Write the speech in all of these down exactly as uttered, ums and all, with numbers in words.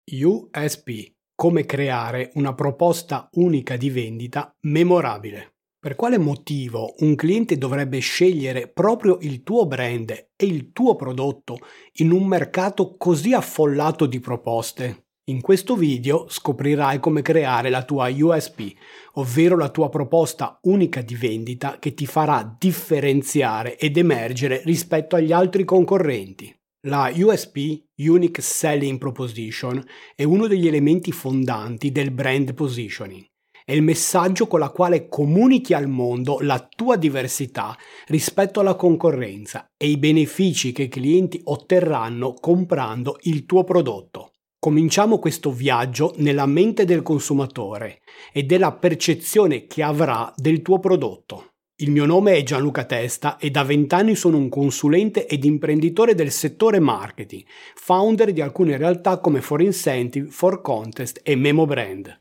U S P: come creare una proposta unica di vendita memorabile. Per quale motivo un cliente dovrebbe scegliere proprio il tuo brand e il tuo prodotto in un mercato così affollato di proposte? In questo video scoprirai come creare la tua U S P, ovvero la tua proposta unica di vendita che ti farà differenziare ed emergere rispetto agli altri concorrenti. La U S P, Unique Selling Proposition, è uno degli elementi fondanti del brand positioning. È il messaggio con la quale comunichi al mondo la tua diversità rispetto alla concorrenza e i benefici che i clienti otterranno comprando il tuo prodotto. Cominciamo questo viaggio nella mente del consumatore e della percezione che avrà del tuo prodotto. Il mio nome è Gianluca Testa e da vent'anni sono un consulente ed imprenditore del settore marketing, founder di alcune realtà come For Incentive, For Contest e Memo Brand.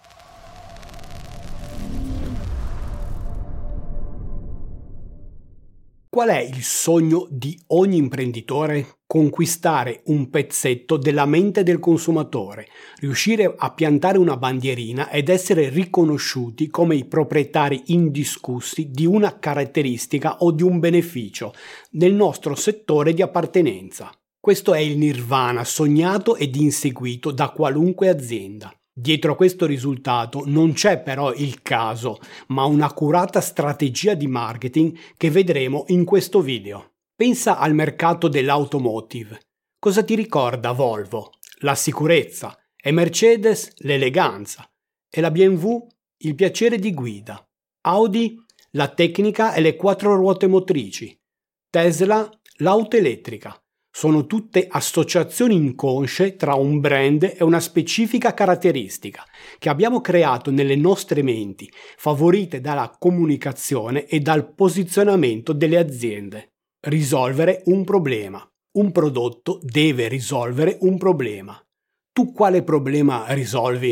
Qual è il sogno di ogni imprenditore? Conquistare un pezzetto della mente del consumatore, riuscire a piantare una bandierina ed essere riconosciuti come i proprietari indiscussi di una caratteristica o di un beneficio nel nostro settore di appartenenza. Questo è il nirvana sognato ed inseguito da qualunque azienda. Dietro a questo risultato non c'è però il caso, ma un'accurata strategia di marketing che vedremo in questo video. Pensa al mercato dell'automotive. Cosa ti ricorda Volvo? La sicurezza. E Mercedes? L'eleganza. E la B M W? Il piacere di guida. Audi? La tecnica e le quattro ruote motrici. Tesla? L'auto elettrica. Sono tutte associazioni inconsce tra un brand e una specifica caratteristica che abbiamo creato nelle nostre menti, favorite dalla comunicazione e dal posizionamento delle aziende. Risolvere un problema. Un prodotto deve risolvere un problema. Tu quale problema risolvi?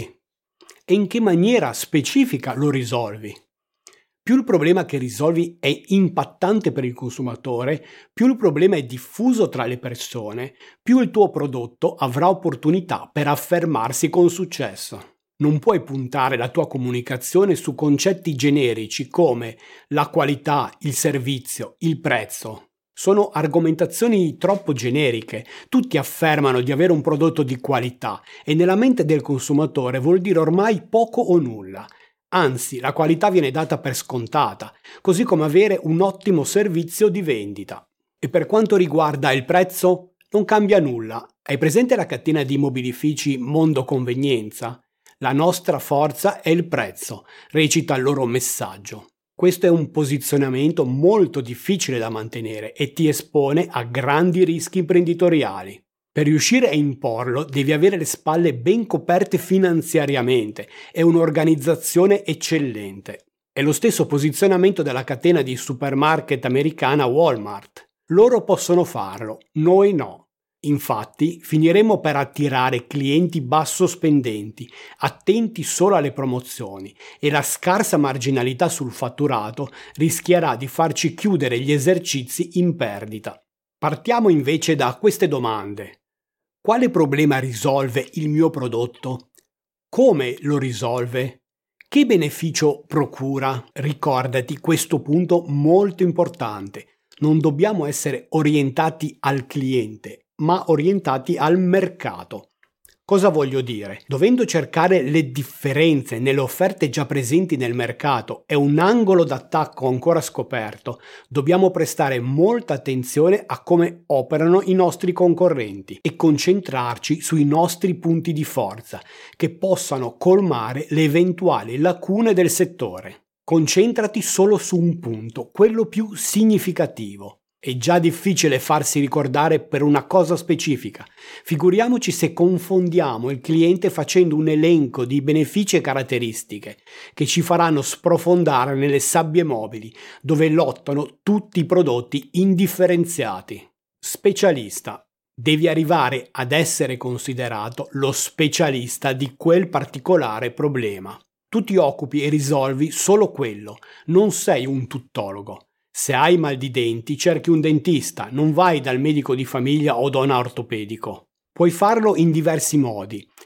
E in che maniera specifica lo risolvi? Più il problema che risolvi è impattante per il consumatore, più il problema è diffuso tra le persone, più il tuo prodotto avrà opportunità per affermarsi con successo. Non puoi puntare la tua comunicazione su concetti generici come la qualità, il servizio, il prezzo. Sono argomentazioni troppo generiche. Tutti affermano di avere un prodotto di qualità e nella mente del consumatore vuol dire ormai poco o nulla. Anzi, la qualità viene data per scontata, così come avere un ottimo servizio di vendita. E per quanto riguarda il prezzo, non cambia nulla. Hai presente la catena di mobilifici Mondo Convenienza? La nostra forza è il prezzo, recita il loro messaggio. Questo è un posizionamento molto difficile da mantenere e ti espone a grandi rischi imprenditoriali. Per riuscire a imporlo devi avere le spalle ben coperte finanziariamente e un'organizzazione eccellente. È lo stesso posizionamento della catena di supermarket americana Walmart. Loro possono farlo, noi no. Infatti finiremo per attirare clienti basso spendenti, attenti solo alle promozioni, e la scarsa marginalità sul fatturato rischierà di farci chiudere gli esercizi in perdita. Partiamo invece da queste domande. Quale problema risolve il mio prodotto? Come lo risolve? Che beneficio procura? Ricordati questo punto molto importante. Non dobbiamo essere orientati al cliente, ma orientati al mercato. Cosa voglio dire? Dovendo cercare le differenze nelle offerte già presenti nel mercato e un angolo d'attacco ancora scoperto, dobbiamo prestare molta attenzione a come operano i nostri concorrenti e concentrarci sui nostri punti di forza, che possano colmare le eventuali lacune del settore. Concentrati solo su un punto, quello più significativo. È già difficile farsi ricordare per una cosa specifica. Figuriamoci se confondiamo il cliente facendo un elenco di benefici e caratteristiche che ci faranno sprofondare nelle sabbie mobili, dove lottano tutti i prodotti indifferenziati. Specialista. Devi arrivare ad essere considerato lo specialista di quel particolare problema. Tu ti occupi e risolvi solo quello, non sei un tuttologo. Se hai mal di denti, cerchi un dentista, non vai dal medico di famiglia o da un ortopedico. Puoi farlo in diversi modi.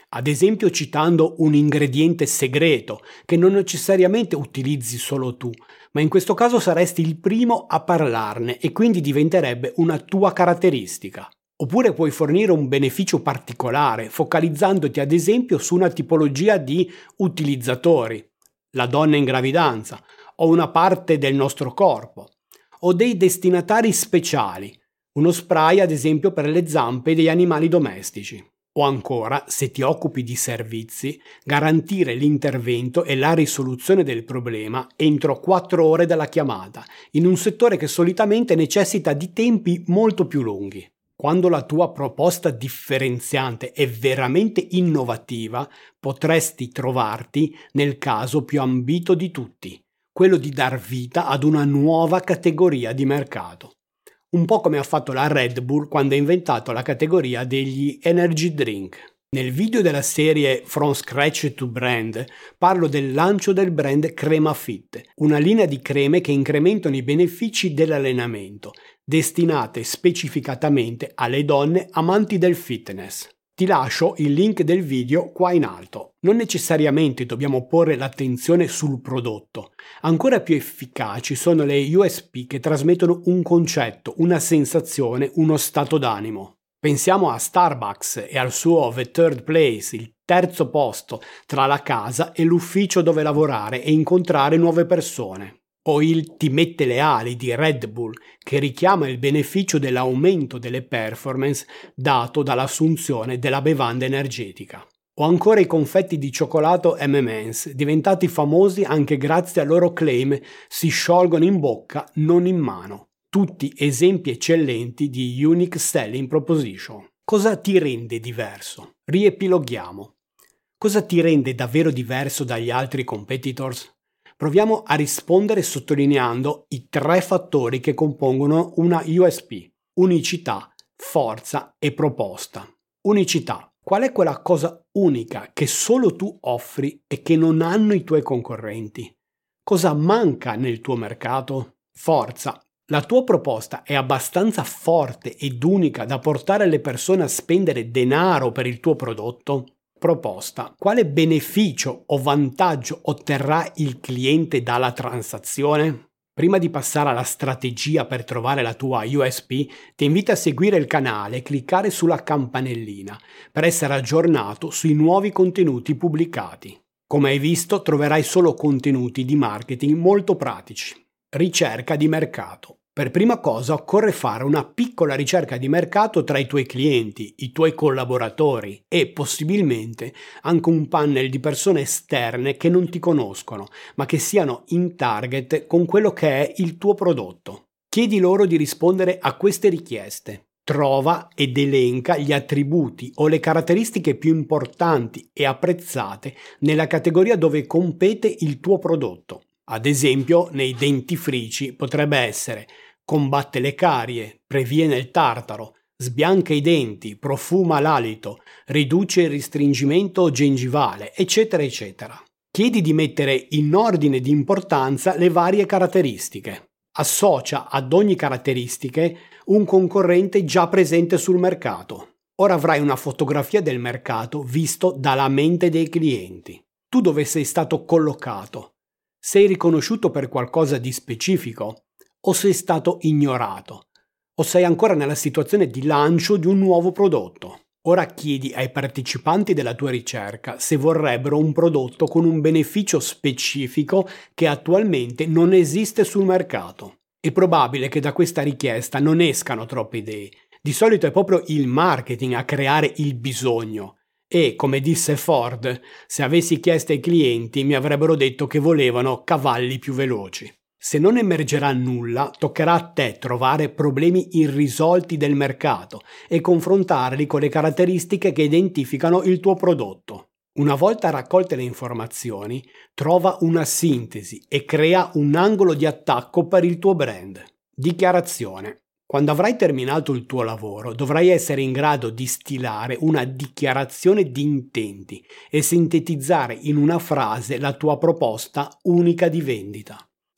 ad esempio citando un ingrediente segreto che non necessariamente utilizzi solo tu, ma in questo caso saresti il primo a parlarne e quindi diventerebbe una tua caratteristica. Oppure puoi fornire un beneficio particolare, focalizzandoti ad esempio su una tipologia di utilizzatori, la donna in gravidanza, o una parte del nostro corpo, o dei destinatari speciali, uno spray ad esempio per le zampe degli animali domestici. O ancora, se ti occupi di servizi, garantire l'intervento e la risoluzione del problema entro quattro ore dalla chiamata, in un settore che solitamente necessita di tempi molto più lunghi. Quando la tua proposta differenziante è veramente innovativa, potresti trovarti nel caso più ambito di tutti, quello di dar vita ad una nuova categoria di mercato. Un po' come ha fatto la Red Bull quando ha inventato la categoria degli energy drink. Nel video della serie From Scratch to Brand parlo del lancio del brand Crema Fit, una linea di creme che incrementano i benefici dell'allenamento, destinate specificatamente alle donne amanti del fitness. Ti lascio il link del video qua in alto. Non necessariamente dobbiamo porre l'attenzione sul prodotto. Ancora più efficaci sono le U S P che trasmettono un concetto, una sensazione, uno stato d'animo. Pensiamo a Starbucks e al suo The Third Place, il terzo posto tra la casa e l'ufficio dove lavorare e incontrare nuove persone. O il Ti mette le ali di Red Bull, che richiama il beneficio dell'aumento delle performance dato dall'assunzione della bevanda energetica. O ancora i confetti di cioccolato emme and emm's, diventati famosi anche grazie al loro claim "si sciolgono in bocca, non in mano". Tutti esempi eccellenti di unique selling proposition. Cosa ti rende diverso? Riepiloghiamo. Cosa ti rende davvero diverso dagli altri competitors? Proviamo a rispondere sottolineando i tre fattori che compongono una U S P: unicità, forza e proposta. Unicità. Qual è quella cosa unica che solo tu offri e che non hanno i tuoi concorrenti? Cosa manca nel tuo mercato? Forza. La tua proposta è abbastanza forte ed unica da portare le persone a spendere denaro per il tuo prodotto? Proposta. Quale beneficio o vantaggio otterrà il cliente dalla transazione? Prima di passare alla strategia per trovare la tua U S P, ti invito a seguire il canale e cliccare sulla campanellina per essere aggiornato sui nuovi contenuti pubblicati. Come hai visto, troverai solo contenuti di marketing molto pratici. Ricerca di mercato. Per prima cosa occorre fare una piccola ricerca di mercato tra i tuoi clienti, i tuoi collaboratori e possibilmente anche un panel di persone esterne che non ti conoscono, ma che siano in target con quello che è il tuo prodotto. Chiedi loro di rispondere a queste richieste. Trova ed elenca gli attributi o le caratteristiche più importanti e apprezzate nella categoria dove compete il tuo prodotto. Ad esempio, nei dentifrici potrebbe essere: combatte le carie, previene il tartaro, sbianca i denti, profuma l'alito, riduce il ristringimento gengivale, eccetera eccetera. Chiedi di mettere in ordine di importanza le varie caratteristiche. Associa ad ogni caratteristica un concorrente già presente sul mercato. Ora avrai una fotografia del mercato visto dalla mente dei clienti. Tu dove sei stato collocato? Sei riconosciuto per qualcosa di specifico? O sei stato ignorato? O sei ancora nella situazione di lancio di un nuovo prodotto? Ora chiedi ai partecipanti della tua ricerca se vorrebbero un prodotto con un beneficio specifico che attualmente non esiste sul mercato. È probabile che da questa richiesta non escano troppe idee. Di solito è proprio il marketing a creare il bisogno. E, come disse Ford, se avessi chiesto ai clienti mi avrebbero detto che volevano cavalli più veloci. Se non emergerà nulla, toccherà a te trovare problemi irrisolti del mercato e confrontarli con le caratteristiche che identificano il tuo prodotto. Una volta raccolte le informazioni, trova una sintesi e crea un angolo di attacco per il tuo brand. Dichiarazione. Quando avrai terminato il tuo lavoro, dovrai essere in grado di stilare una dichiarazione di intenti e sintetizzare in una frase la tua proposta unica di vendita.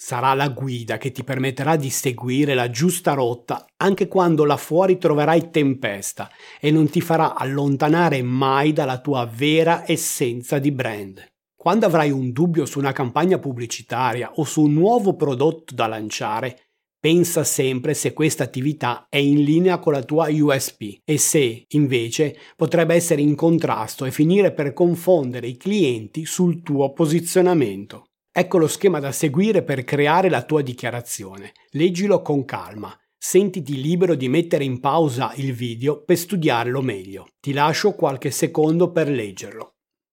Sarà la guida che ti permetterà di seguire la giusta rotta anche quando là fuori troverai tempesta e non ti farà allontanare mai dalla tua vera essenza di brand. Quando avrai un dubbio su una campagna pubblicitaria o su un nuovo prodotto da lanciare, pensa sempre se questa attività è in linea con la tua U S P e se, invece, potrebbe essere in contrasto e finire per confondere i clienti sul tuo posizionamento. Ecco lo schema da seguire per creare la tua dichiarazione. Leggilo con calma. Sentiti libero di mettere in pausa il video per studiarlo meglio. Ti lascio qualche secondo per leggerlo.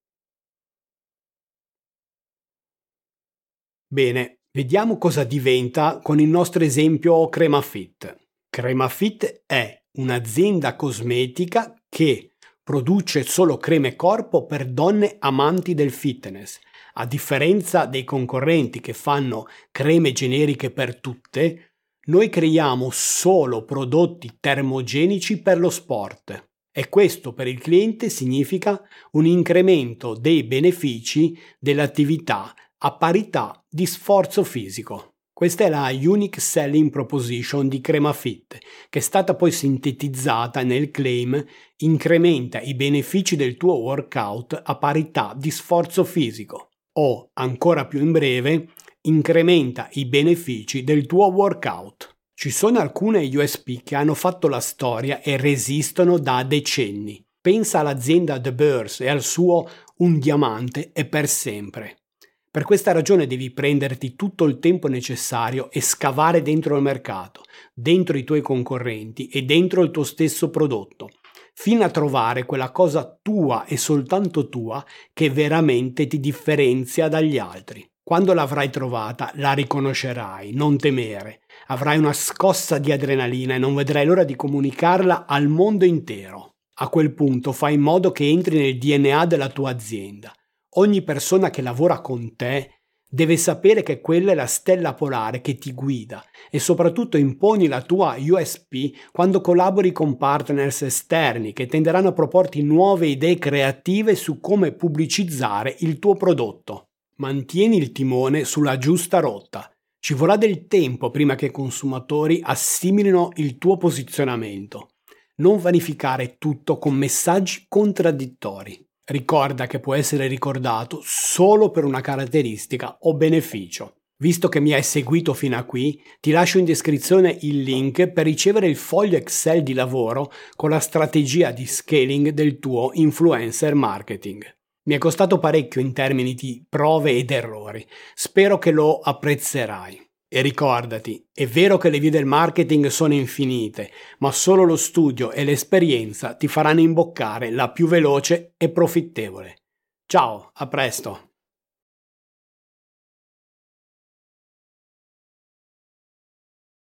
Bene, vediamo cosa diventa con il nostro esempio CremaFit. CremaFit è un'azienda cosmetica che produce solo creme corpo per donne amanti del fitness. A differenza dei concorrenti che fanno creme generiche per tutte, noi creiamo solo prodotti termogenici per lo sport. E questo per il cliente significa un incremento dei benefici dell'attività a parità di sforzo fisico. Questa è la Unique Selling Proposition di CremaFit, che è stata poi sintetizzata nel claim incrementa i benefici del tuo workout a parità di sforzo fisico, o, ancora più in breve, incrementa i benefici del tuo workout. Ci sono alcune U S P che hanno fatto la storia e resistono da decenni. Pensa all'azienda The Bears e al suo Un diamante è per sempre. Per questa ragione devi prenderti tutto il tempo necessario e scavare dentro il mercato, dentro i tuoi concorrenti e dentro il tuo stesso prodotto, fino a trovare quella cosa tua e soltanto tua che veramente ti differenzia dagli altri. Quando l'avrai trovata, la riconoscerai, non temere. Avrai una scossa di adrenalina e non vedrai l'ora di comunicarla al mondo intero. A quel punto fai in modo che entri nel D N A della tua azienda. Ogni persona che lavora con te deve sapere che quella è la stella polare che ti guida e soprattutto imponi la tua U S P quando collabori con partners esterni che tenderanno a proporti nuove idee creative su come pubblicizzare il tuo prodotto. Mantieni il timone sulla giusta rotta. Ci vorrà del tempo prima che i consumatori assimilino il tuo posizionamento. Non vanificare tutto con messaggi contraddittori. Ricorda che può essere ricordato solo per una caratteristica o beneficio. Visto che mi hai seguito fino a qui, ti lascio in descrizione il link per ricevere il foglio Excel di lavoro con la strategia di scaling del tuo influencer marketing. Mi è costato parecchio in termini di prove ed errori. Spero che lo apprezzerai. E ricordati, è vero che le vie del marketing sono infinite, ma solo lo studio e l'esperienza ti faranno imboccare la più veloce e profittevole. Ciao, a presto!